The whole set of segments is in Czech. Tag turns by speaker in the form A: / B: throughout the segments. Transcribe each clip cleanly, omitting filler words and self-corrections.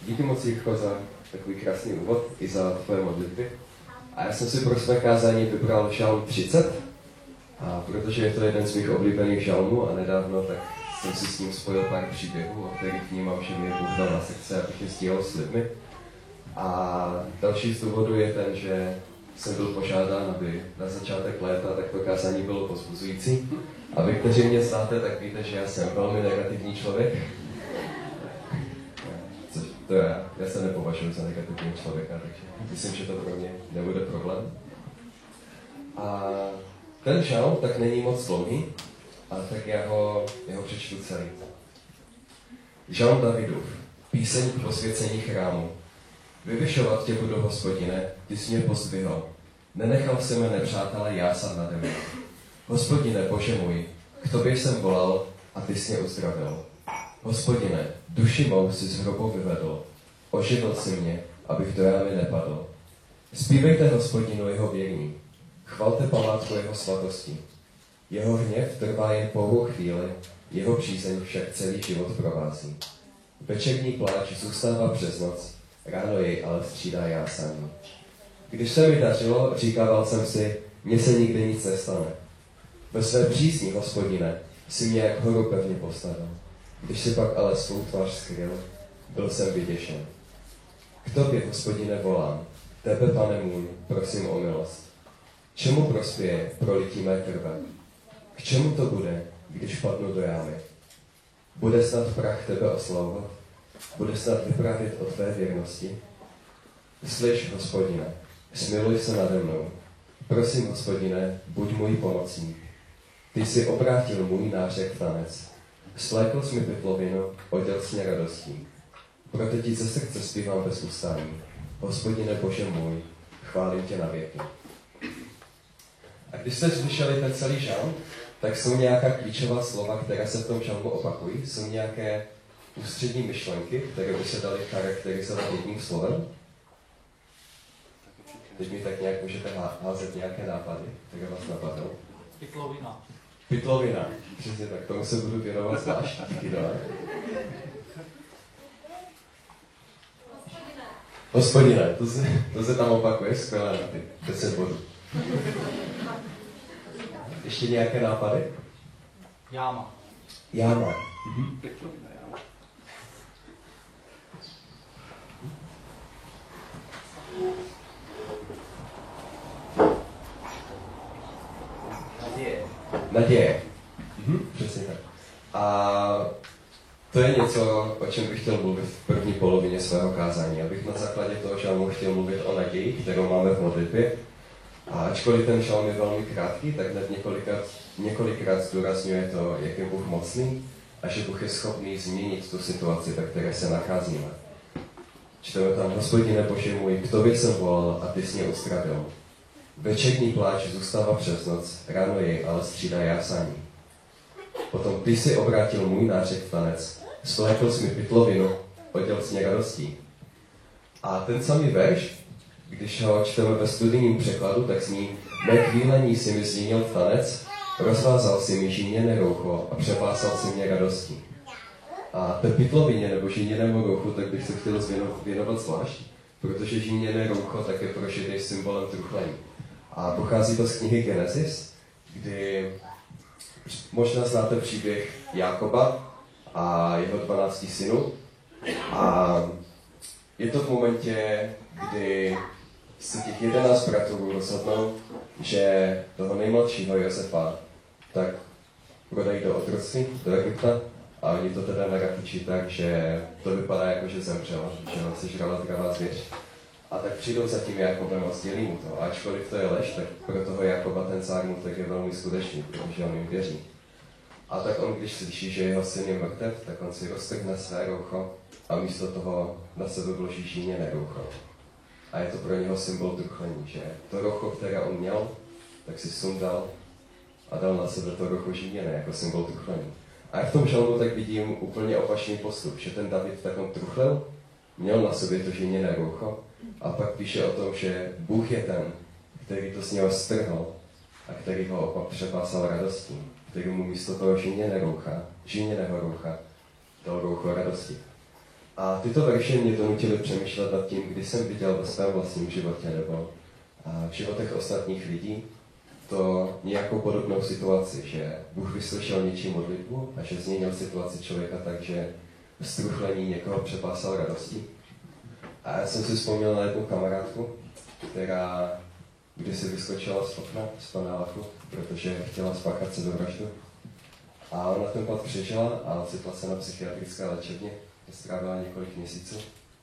A: Díky moc, Jirko, za takový krásný úvod i za tvoje modlitby. A já jsem si pro své kázání vybral žalm 30, a protože je to jeden z mých oblíbených žalmů a nedávno, tak jsem si s ním spojil pár příběhů, o kterých vnímám, že mi je Bůh dal na srdce, abych je sdílel s lidmi. A další z důvodů je ten, že jsem byl požádán, aby na začátek léta takto kázání bylo povzbuzující. A vy, kteří mě znáte, tak víte, že já jsem velmi negativní člověk. To já se nepovažuji za negativního člověka, takže myslím, že to pro mě nebude problém. A ten žalm tak není moc dlouhý, ale tak já ho přečtu celý. Žalm Davidův, píseň k posvěcení chrámu. Vyvyšovat tě budu, Hospodine, ty jsi mě pozdvihl. Nenechal jsi mé nepřátelé jásat nade mnou. Hospodine, Bože můj, k tobě jsem volal a ty jsi mě uzdravil. Hospodine, duši mou jsi z hrobu vyvedl. Oživil jsi mě, abych do jámy nepadl. Zpívejte Hospodinu jeho věrní. Chvalte památku jeho svatosti. Jeho hněv trvá jen pouhou chvíli, jeho přízeň však celý život provází. Večerní pláč zůstává přes noc, ráno jej ale střídá jásání. Když se mi dařilo, říkával jsem si, mně se nikdy nic nestane. Ve své přízni, Hospodine, si mě jak horu pevně postavil. Když si pak ale svou tvář skryl, byl jsem vyděšen. K tobě, Hospodine, volám. Tebe, Pane můj, prosím o milost. Čemu prospěje prolití mé krve? K čemu to bude, když padnu do jámy? Bude snad prach tebe oslavovat? Bude snad vyprávět o tvé věrnosti? Slyš, Hospodine, smiluj se nade mnou. Prosím, Hospodine, buď můj pomocník. Ty jsi obrátil můj nářek v tanec. Svlékl jsi mi pytlovinu, oděl jsi mě radostí. Proto ti ze srdce zpívám bez ustání. Hospodine, Bože můj, chválím tě na věky. A když jste slyšeli ten celý žalm, tak jsou nějaká klíčová slova, která se v tom žalmu opakují. Jsou nějaké ústřední myšlenky, které by se daly charakterizovat jedním slovem. Teď mi tak nějak můžete házet nějaké nápady, které vás napadnou.
B: Pytlovina.
A: Pytlovina. Přesně tak, tomu se budu věnovat zvlášť. Hospodine, to se tam opakuje, skvělé na ty 10 bodů. Ještě nějaké nápady?
B: Jáma.
A: Jáma. Naděje. Přesně tak. A to je něco, o čem bych chtěl mluvit v první polovině svého kázání. Abych na základě toho žalmu chtěl mluvit o naději, kterou máme v modlitbě. A ačkoliv ten žalm je velmi krátký, tak hned několikrát zdůrazňuje to, jak je Bůh mocný a že Bůh je schopný změnit tu situaci, ve které se nacházíme. Čteme tam, Hospodine, Bože můj, k tobě jsem volal a ty jsi mě uzdravil. Večerní pláč zůstává přes noc, ráno jej ale střídá jásání. Potom ty jsi obrátil můj nářek v tanec, svlékl jsi mi pytlovinu, oděl jsi mě radostí. A ten samý verš, když ho čteme ve studijním překladu, tak zní, mé kvílení si mi změnil v tanec, rozvázal si mi žíněné roucho a přepásal si mě radostí. A té pytlovině nebo žíněnému rouchu, tak bych se chtěl věnovat zvlášť, protože žíněné roucho tak je pro Židy symbolem truchlení. A pochází to z knihy Genesis, kdy možná znáte příběh Jákoba a jeho 12 synů. A je to v momentě, kdy se těch 11 bratrů rozhodnou, že toho nejmladšího Josefa tak prodají do otroctví, do Egypta. A oni to teda naratičí tak, že to vypadá jako, že zemřel, že ho sežrala dravá zvěř. A tak přijdou za tím Jakobem a sdělí mu to. A ačkoliv to je lež, tak pro toho Jakoba ten zármutek je velmi skutečný, protože on jim věří. A tak on, když slyší, že jeho syn je mrtev, tak on si roztrhne své roucho a místo toho na sebe vloží žíněné roucho. A je to pro něho symbol truchlení, že to roucho, které on měl, tak si sundal a dal na sebe to roucho žíněné jako symbol truchlení. A já v tom žalmu tak vidím úplně opačný postup, že ten David tak on truchlil, měl na sobě to žíněné roucho a pak píše o tom, že Bůh je ten, který to z něho strhl a který ho opak přepásal radostí, který mu místo toho žíněného roucha dal roucho radosti. A tyto verše mě donutily přemýšlet nad tím, kdy jsem viděl ve svém vlastním životě nebo v životech ostatních lidí to nějakou podobnou situaci, že Bůh vyslyšel něčí modlitbu a že změnil situaci člověka tak, že v struchlení někoho přepásal radostí. A já jsem si vzpomněl na jednu kamarádku, která kdysi vyskočila z okna, z paneláku, protože chtěla spáchat sebevraždu. A ona ten pad přežila a ocitla se na psychiatrické léčebně, kde strávila několik měsíců.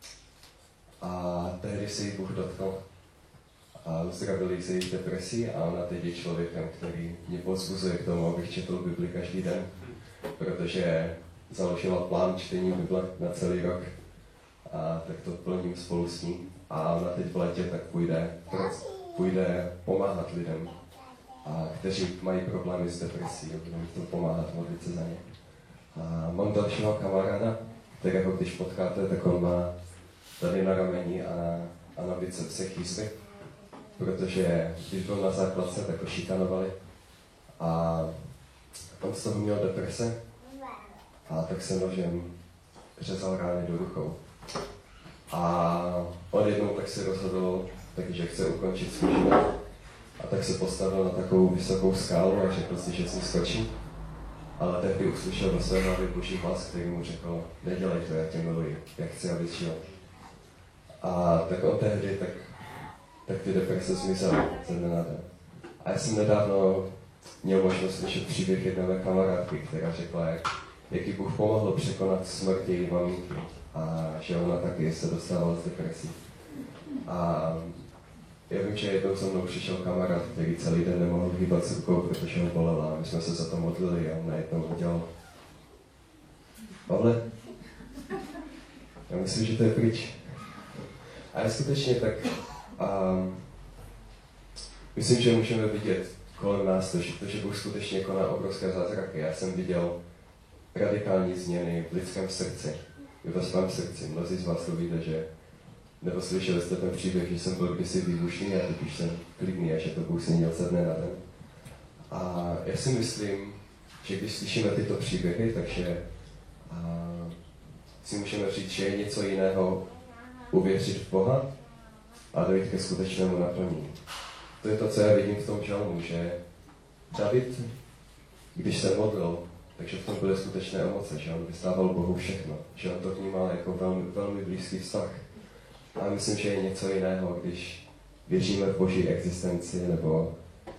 A: A tehdy se jí Bůh dotkl a uzdravil jí z jejich depresí a ona teď je člověkem, který mě povzbuzuje k tomu, abych četl Bibli každý den, protože založila plán čtení Bible na celý rok a tak to plním spolu s ní. A ona teď v létě tak půjde pomáhat lidem, kteří mají problémy s depresí, budou to pomáhat, modlit se za ně. A mám dalšího kamaráda, kterého když potkáte, tak on má tady na rameni a na bicepsech jizvy, protože když byl na základce, tak ho šikanovali a on z toho měl deprese a tak se nožem řezal rány do rukou. A on jednou tak se rozhodl, takže chce ukončit svůj život. A tak se postavil na takovou vysokou skálu a řekl si, že si skočí. Ale tehdy uslyšel do své hlavy Boží hlas, který mu řekl, nedělej to, já tě miluji, já chci, abys žil. A tak on tehdy, tak ty deprese zmizely ze dne na den. A já jsem nedávno měl možnost slyšet příběh jedné mé kamarádky, která řekla, jak jí Bůh pomohl překonat smrt její maminky a že ona taky se dostávala z depresí. A já vím, že jednou se mnou přišel kamarád, který celý den nemohl hýbat s rukou, protože ho bolela. My jsme se za to modlili a on najednou udělal. Pavle, já myslím, že to je pryč. A já skutečně tak myslím, že můžeme vidět kolem nás to, že Bůh skutečně koná obrovské zázraky. Já jsem viděl radikální změny v lidském srdci, i ve svém srdci. Mnozí z vás to víte, že nebo slyšeli jste ten příběh, že jsem byl kdysi výbušný a teď už jsem klidný a že to Bůh změnil ze dne na den. A já si myslím, že když slyšíme tyto příběhy, takže si můžeme říct, že je něco jiného uvěřit v Boha a dojít ke skutečnému naplnění. To je to, co já vidím v tom žalmu, že David, když se modlil, takže v tom byly skutečné emoce, že on vyznával Bohu všechno, že on to vnímal jako velmi, velmi blízký vztah. A myslím, že je něco jiného, když věříme v Boží existenci, nebo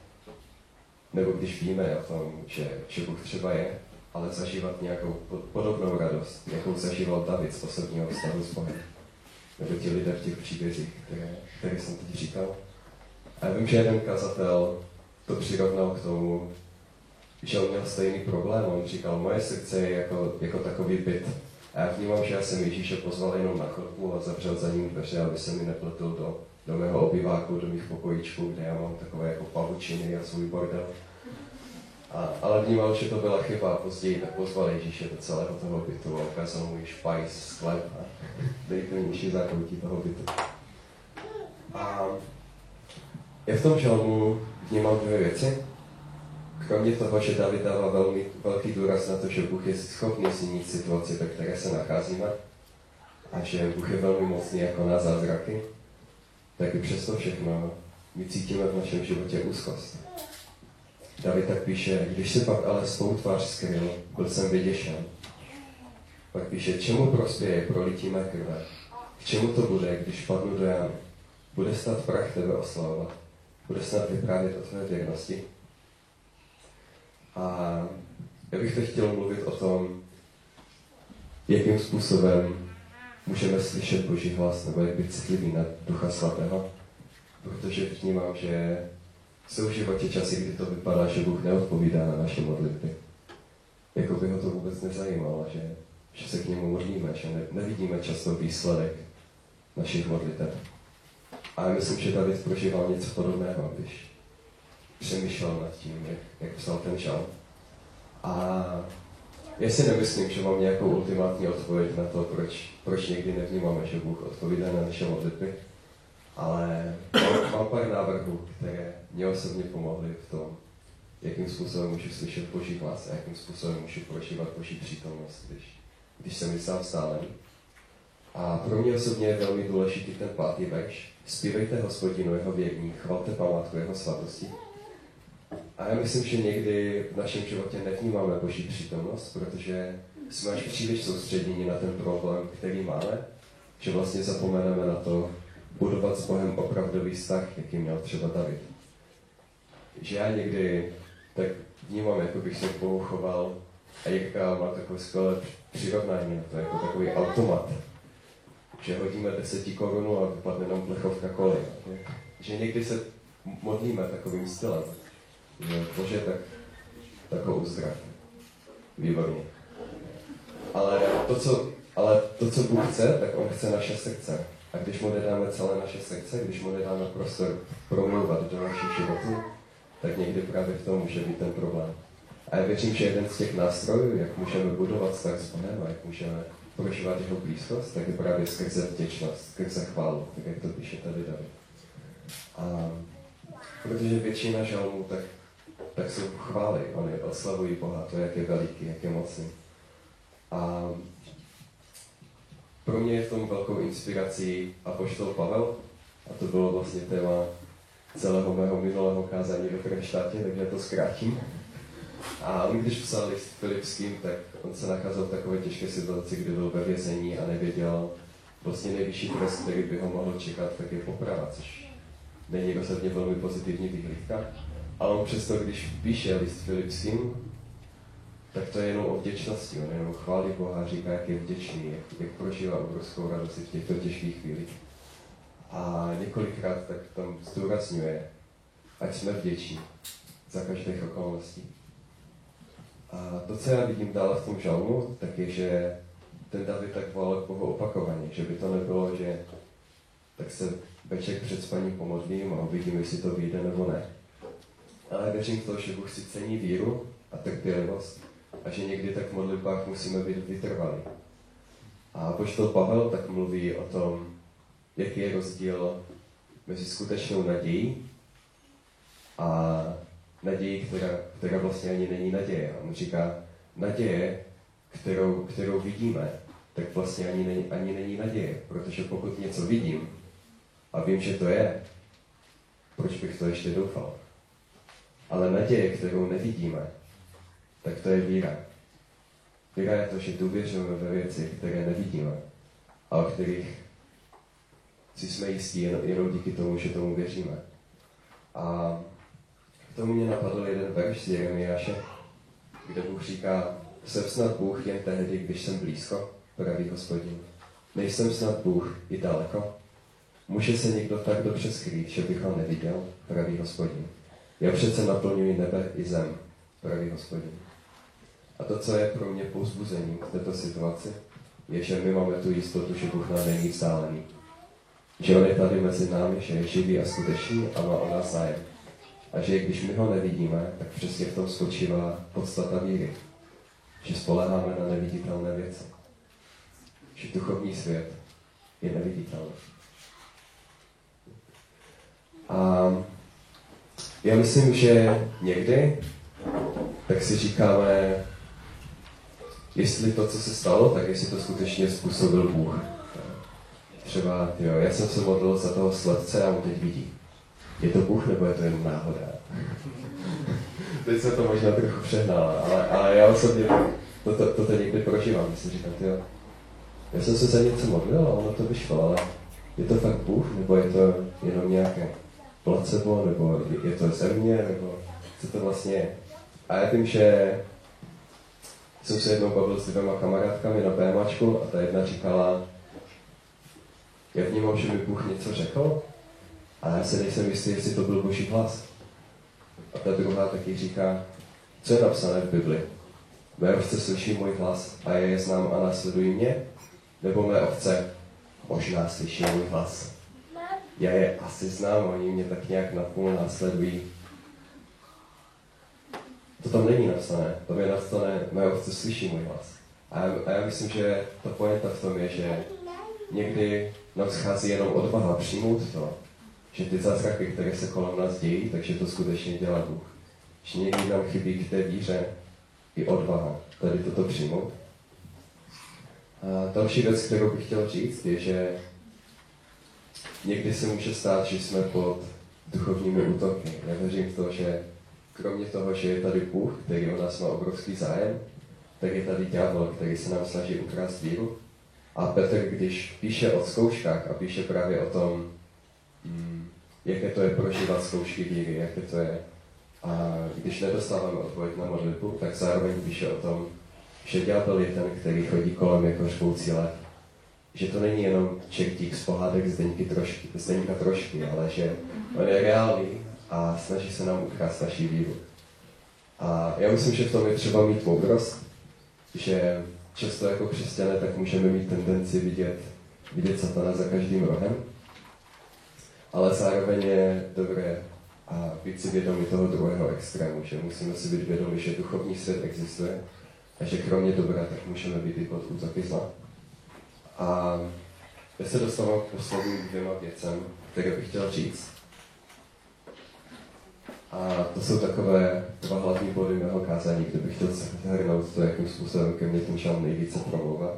A: když víme o tom, že Bůh třeba je, ale zažívat nějakou podobnou radost, jakou zažíval David z osobního vztahu s Bohem. Nebo ti lidé v těch příbězích, které jsem teď říkal. A já vím, že jeden kazatel to přirovnal k tomu, že on měl stejný problém. On říkal, moje srdce je jako takový byt. A já vnímám, že já jsem Ježíše pozval jenom na chodbu a zavřel za ním dveře, aby se mi nepletl do mého obyváku, do mých pokojíčků, kde já mám takové jako pavučiny a svůj bordel. Ale vnímal, že to byla chyba a později tak pozval Ježíše do celého toho bytu a ukázal mu špajs, sklep a nejplnější zákoutí toho bytu. A já v tom žalmu vnímám dvě věci. Kromě toho, že David dává velmi velký důraz na to, že Bůh je schopný změnit situaci, ve které se nacházíme a že Bůh je velmi mocný jako na zázraky, tak i přesto všechno my cítíme v našem životě úzkost. David tak píše, když se pak ale svou tvář skryl, byl jsem vyděšen. Pak píše, čemu prospěje prolití mé krve? K čemu to bude, když padnu do jámy? Bude snad prach tebe oslavovat? Bude snad vyprávět o tvé věrnosti? A já bych teď chtěl mluvit o tom, jakým způsobem můžeme slyšet Boží hlas, nebo jak být citlivý na Ducha Svatého, protože vnímám, že jsou v životě časy, kdy to vypadá, že Bůh neodpovídá na naše modlitby. Jako by ho to vůbec nezajímalo, že se k němu modlíme, že nevidíme často výsledek našich modlitev. A já myslím, že David prožíval něco podobného, když přemýšlel nad tím, jak psal ten žalm. A já si nemyslím, že mám nějakou ultimátní odpověď na to, proč někdy nevnímáme, že Bůh odpovídá na naše modlitby. Ale mám pár návrhů, které mě osobně pomohly v tom, jakým způsobem můžu slyšet Boží hlas a jakým způsobem můžu prožívat Boží přítomnost, když se mi sám vzdálený. A pro mě osobně je velmi důležitý ten 5. verš. Zpívejte Hospodinu jeho věrní, chvalte památku jeho svatosti. A já myslím, že někdy v našem životě nevnímáme Boží přítomnost, protože jsme až příliš soustředěni na ten problém, který máme, že vlastně zapomeneme na to budovat s Bohem opravdový vztah, jaký měl třeba David. Že já někdy tak vnímám, jako bych se k Bohu choval, a Jirka má takové skvělé přirovnání na to, jako takový automat. Že hodíme 10 korun a vypadne nám plechovka kolej. Že někdy se modlíme takovým stylem. Že Bože, tak ho uzdrav. Výborně. Ale to, co Bůh chce, tak on chce naše srdce. A když mu nedáme celé naše srdce, když mu nedáme prostor promlouvat do našich životů, tak někdy právě v tom může být ten problém. A já věřím, že jeden z těch nástrojů, jak můžeme budovat vztah s Bohem a jak můžeme prožívat jeho blízkost, tak je právě skrze vděčnost, skrze chválu, tak jak to píše tady David. A protože většina žalmů tak jsou chvály, oni oslavují Boha, to, jak je veliký, jak je mocný. A pro mě je v tom velkou inspirací apoštol Pavel, a to bylo vlastně téma celého mého minulého kázání ve Frenštátě, takže to zkrátím. A on, když psal list Filipským, tak on se nacházel v takové těžké situaci, kdy byl ve vězení a nevěděl, vlastně nejvyšší trest, který by ho mohl čekat, tak je poprava, což není rozhodně velmi pozitivní vyhlídka. Ale on přesto, když píše list Filipským, tak to je jenom o vděčnosti, on jenom chválí Boha, říká, jak je vděčný, jak prožívá obrovskou radost v těchto těžkých chvílích. A několikrát tak tam zdůrazňuje, ať jsme vděční za každých okolností. A to, co já vidím dále v tom žalmu, tak je, že ten David tak volal k Bohu opakovaně, že by to nebylo, že tak se večer před spaním pomodlím a uvidím, jestli to vyjde nebo ne. Ale věřím v to, že Bůh si cení víru a trpělivost a že někdy tak v modlitbách musíme být vytrvalí. A apoštol Pavel tak mluví o tom, jaký je rozdíl mezi skutečnou nadějí a naději, která vlastně ani není naděje. On říká, naděje, kterou vidíme, tak vlastně ani není naděje. Protože pokud něco vidím a vím, že to je, proč bych to ještě doufal? Ale naděje, kterou nevidíme, tak to je víra. Víra je to, že důvěřujeme ve věci, které nevidíme a o kterých si jsme jistí jenom díky tomu, že tomu věříme. A k tomu mě napadl jeden verš z Jeremiáše, kde Bůh říká, jsem snad Bůh jen tehdy, když jsem blízko, praví Hospodin. Nejsem snad Bůh i daleko. Může se někdo tak dobře skrýt, že bych ho neviděl, praví Hospodin. Já přece naplňuji nebe i zem, praví Hospodin. A to, co je pro mě povzbuzením v této situaci, je, že my máme tu jistotu, že Bůh nám není vzdálený. Že on je tady mezi námi, že je živý a skutečný a má o nás zájem. A že když my ho nevidíme, tak přesně v tom spočívá podstata víry. Že spoléháme na neviditelné věci. Že duchovní svět je neviditelný. A já myslím, že někdy tak si říkáme, jestli to, co se stalo, tak jestli to skutečně způsobil Bůh. Třeba, já jsem se modlil za toho slepce a on teď vidí. Je to Bůh, nebo je to jen náhoda? Teď se to možná trochu přehnal, ale já osobně to někdy prožívám. Myslím, říkám, já jsem se za něco modlil a ono to vyšlo, ale je to fakt Bůh, nebo je to jenom nějaké placebo, nebo je to země, nebo co to vlastně je? A já vím, že jsem se jednou bavil s 2 kamarádkami na BMAčku a ta jedna říkala, já vnímám, že mi Bůh něco řekl, ale já se nejsem jistý, jestli to byl Boží hlas. A ta druhá taky říká, co je napsané v Bibli? Mé ovce slyší můj hlas a já je znám a následují mě? Nebo mé ovce možná slyší můj hlas? Já je asi znám, oni mě tak nějak napůl následují. To tam není napsané, tam je napsané, mé ovce slyší můj hlas. A já myslím, že ta pointa v tom je, že někdy nám schází jenom odvaha přijmout to, že ty zázraky, které se kolem nás dějí, takže to skutečně dělá Bůh. Že někdy nám chybí k té víře i odvaha tady toto přijmout. A další věc, kterou bych chtěl říct, je, že někdy se může stát, že jsme pod duchovními útoky. Já věřím v to, že kromě toho, že je tady Bůh, který o nás má obrovský zájem, tak je tady ďábel, který se nám snaží ukrást víru. A Petr, když píše o zkouškách a píše právě o tom, jaké to je prožívat zkoušky víry, jaké to je, a když nedostáváme odpověď na modlitbu, tak zároveň píše o tom, že ďábel je ten, který chodí kolem jako řvoucí lev. Že to není jenom čertík z pohádek Zdeňka Trošky, ale že on je reálný a snaží se nám ukrást naši víru. A já myslím, že v tom je třeba mít moudrost, že často jako křesťané tak můžeme mít tendenci vidět satana za každým rohem, ale zároveň je dobré a být si vědomi toho druhého extrému, že musíme si být vědomi, že duchovní svět existuje a že kromě dobra tak můžeme být i pod útoky zla. A já se dostávám k posledním 2 věcem, které bych chtěl říct. A to jsou takové 2 hlavní body mého kázání, kde bych chtěl shrnout to, jakým způsobem ke mně ten žalm nejvíce promlouvá.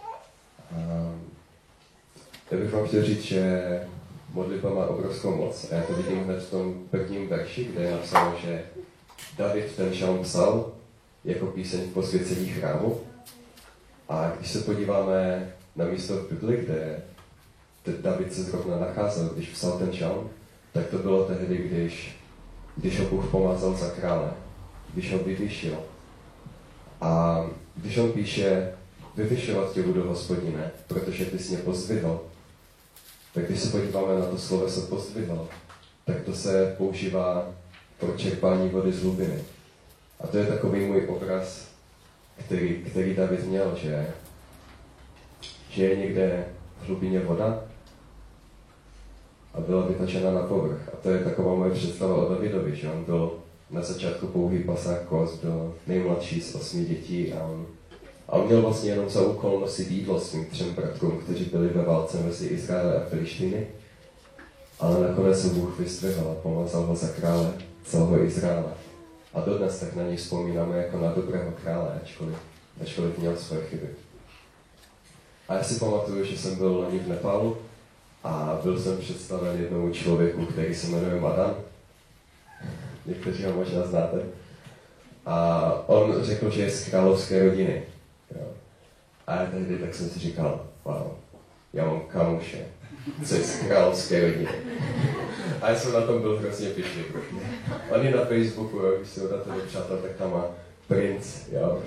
A: Já bych vám chtěl říct, že modlitba má obrovskou moc. A já to vidím hned v tom prvním verši, kde je napsáno, že David ten žalm psal jako píseň v posvěcení chrámu. A když se podíváme na místo v Bibli, kde David se zrovna nacházel, když psal ten žalm, tak to bylo tehdy, když ho Bůh pomazal za krále, když ho vyvyšil. A když on píše, vyvyšovat tě budu, Hospodine, protože ty jsi mě pozdvihl, tak když se podíváme na to sloveso pozdvihl, tak to se používá pro čerpání vody z hlubiny. A to je takový můj obraz, který David měl, že je někde v hlubině voda a byla vytažena na povrch. A to je taková moje představa o Davidovi, že on byl na začátku pouhý pasák koz, byl nejmladší z 8 dětí a on měl vlastně jenom za úkol nosit jídlo svým 3 bratrům, kteří byli ve válce mezi Izraele a Filištiny. Ale nakonec se Bůh vyzdvihl a pomazal ho za krále celého Izraele. A dodnes tak na něj vzpomínáme jako na dobrého krále, ačkoliv měl svoje chyby. A já si pamatuju, že jsem byl loni v Nepálu a byl jsem představen jednomu člověku, který se jmenuje Madan. Někteří ho možná znáte. A on řekl, že je z královské rodiny. Jo. A já tehdy tak jsem si říkal, wow, já mám kamoše, co je z královské rodiny. A já jsem na tom byl hrozně pyšný. On je na Facebooku, jo, když se ho dáte do přátel, tak tam má princ, jo.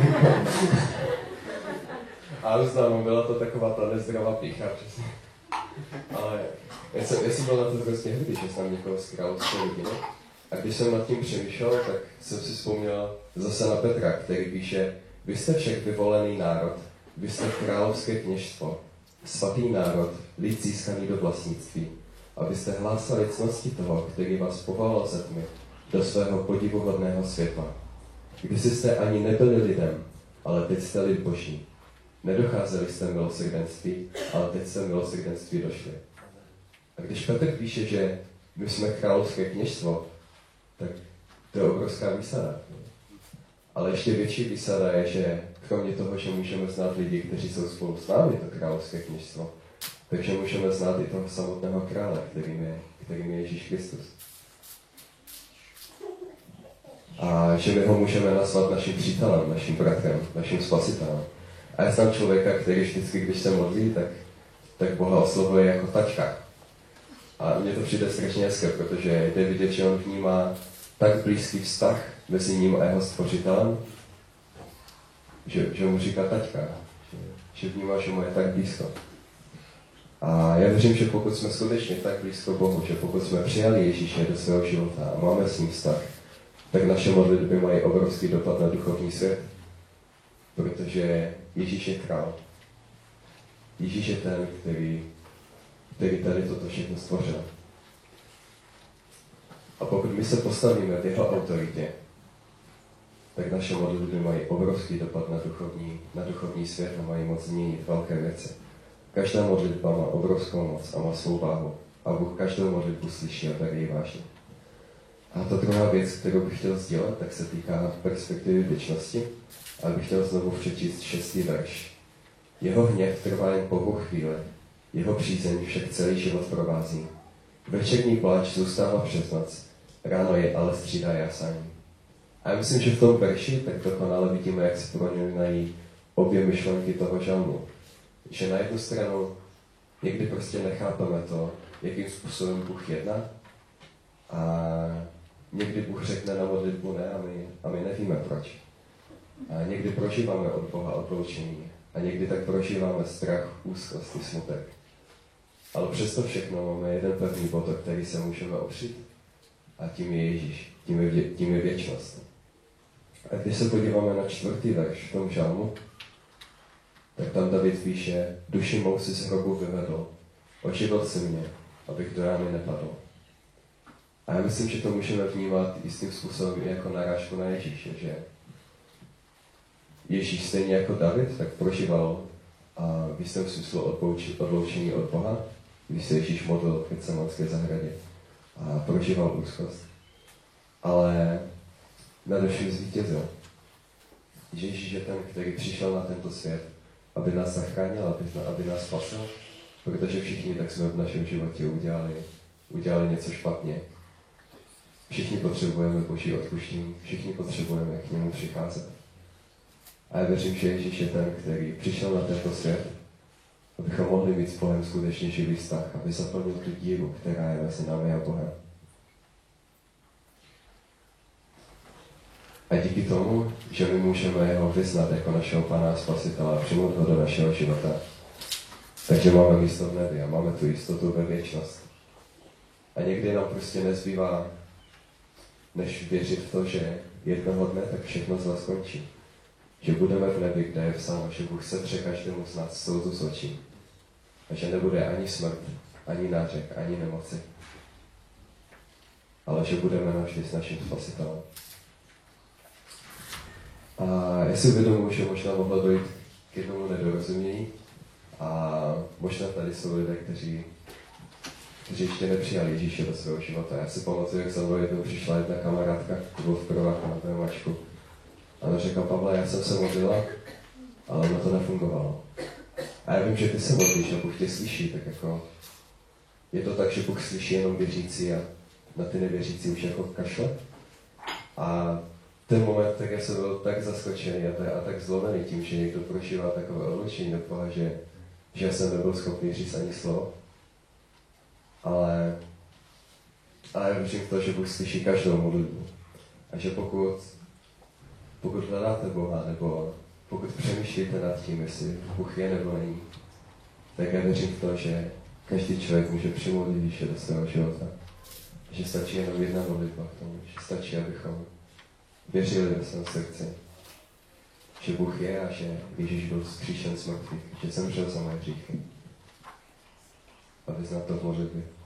A: A uznám, byla to taková ta nezdravá pícha, přesně. Ale já jsem byl na to hrozně hrdý, že jsem někoho z královské rodiny. A když jsem nad tím přemýšlel, tak jsem si vzpomněl zase na Petra, který píše: Vy jste však vyvolený národ, vy jste královské kněžstvo, svatý národ, lid získaný do vlastnictví, abyste hlásali cnosti toho, který vás povolal ze tmy do svého podivuhodného světla. Kdysi jste ani nebyli lidem, ale teď jste lid Boží. Nedocházeli jste milosrdenství, ale teď jste milosrdenství došli. A když Petr píše, že my jsme královské kněžstvo, tak to je obrovská výsada. Ale ještě větší výsada je, že kromě toho, že můžeme znát lidi, kteří jsou spolu s námi, to královské kněžstvo, takže můžeme znát i toho samotného krále, kterým je Ježíš Kristus. A že my ho můžeme nazvat naším přítelem, naším bratrem, naším spasitelem. A já znám člověka, který vždycky, když se modlí, tak Boha oslovuje jako tačka. A mně to přijde strašně hezké, protože jde vidět, že on vnímá tak blízký vztah mezi ním a jeho stvořitelem, že mu říká taťka, že vnímá, že mu je tak blízko. A já věřím, že pokud jsme skutečně tak blízko Bohu, že pokud jsme přijali Ježíše do svého života a máme s ním vztah, tak naše modlitby mají obrovský dopad na duchovní svět, protože Ježíš je král. Ježíš je ten, který tady toto všechno stvořil. A pokud my se postavíme v jeho autoritě, tak naše modlitby mají obrovský dopad na duchovní svět a mají moc změnit velké věci. Každá modlitba má obrovskou moc a má svou váhu. A Bůh každou modlitbu slyší a bere ji vážně. A ta druhá věc, kterou bych chtěl sdělat, tak se týká perspektivy věčnosti. A bych chtěl znovu přečíst 6. verš Jeho hněv trvá jen pouhou chvíli, jeho přízeň však celý život provází. Večerní pláč zůstává přes noc, ráno je ale střídá jásání. A já myslím, že v tom verši tak dokonale vidíme, jak se prolínají obě myšlenky toho žalmu. Že na jednu stranu někdy prostě nechápeme to, jakým způsobem Bůh jedná, a někdy Bůh řekne na modlitbu ne a my nevíme proč. A někdy prožíváme od Boha odloučení a někdy tak prožíváme strach, úzkost i smutek. Ale přesto všechno máme jeden pevný bod, o který se můžeme opřít, a tím je Ježíš, tím je věčnost. A když se podíváme na 4. verš v tom žalmu, tak tam David píše: duši mou si z hrobu vyvedl, oživil si mě, abych do jámy nepadl. A já myslím, že to můžeme vnímat jistým způsobem jako narážku na Ježíše, že Ježíš stejně jako David tak prožíval a v jistém smyslu odloučení od Boha, když se Ježíš modlil v Getsemanské zahradě a prožíval úzkost. Ale nadevším zvítězil. Že Ježíš je ten, který přišel na tento svět, aby nás zachránil, aby nás spasil, protože všichni tak jsme v našem životě udělali něco špatně. Všichni potřebujeme Boží odpuštění, všichni potřebujeme k němu přicházet. A já věřím, že Ježíš je ten, který přišel na tento svět, abychom mohli mít s Bohem skutečně živý vztah, aby zaplnil tu díru, která je mezi námi a Bohem. A díky tomu, že my můžeme jeho vyznat jako našeho Pana a Spasitele a přijmout ho do našeho života, takže máme místo v nebi a máme tu jistotu ve věčnost. A někdy nám prostě nezbývá, než věřit v to, že jednoho dne tak všechno zle skončí. Že budeme v nebi, kde je psáno, že Bůh setře každému z nás slzu z očí. A že nebude ani smrt, ani nářek, ani nemoci. Ale že budeme navždy s naším Spasitelem. A já si uvědomuji, že možná mohlo dojít k jednomu nedorozumění. A možná tady jsou lidé, kteří ještě nepřijali Ježíše do svého života. Já si pamatuju, jak za mnou jednou přišla jedna kamarádka, to byl v prváku na PMAčku. A ona řekla: Pavle, já jsem se modlila, ale ono to nefungovalo. A já vím, že ty se modlíš a Bůh tě slyší, tak jako je to tak, že Bůh slyší jenom věřící a na ty nevěřící už jako kašle. A ten moment, tak já jsem byl tak zaskočený a tak zlomený tím, že někdo prožívá takové odlučení do Boha, že já jsem nebyl schopný říct ani slovo. Ale já věřím v to, že Bůh slyší každou modlitbu. A že pokud hledáte Boha, nebo pokud přemýšlíte nad tím, jestli Bůh je nebo není, tak já věřím v to, že každý člověk může přijmout Ježíše do svého života. Že stačí jenom jedna modlitba k tomu, že stačí, abychom věřili ve svém srdci, že Bůh je a že Ježíš byl vzkříšen z mrtvých, že zemřel za moje hříchy. A vyznat to v modlitbě.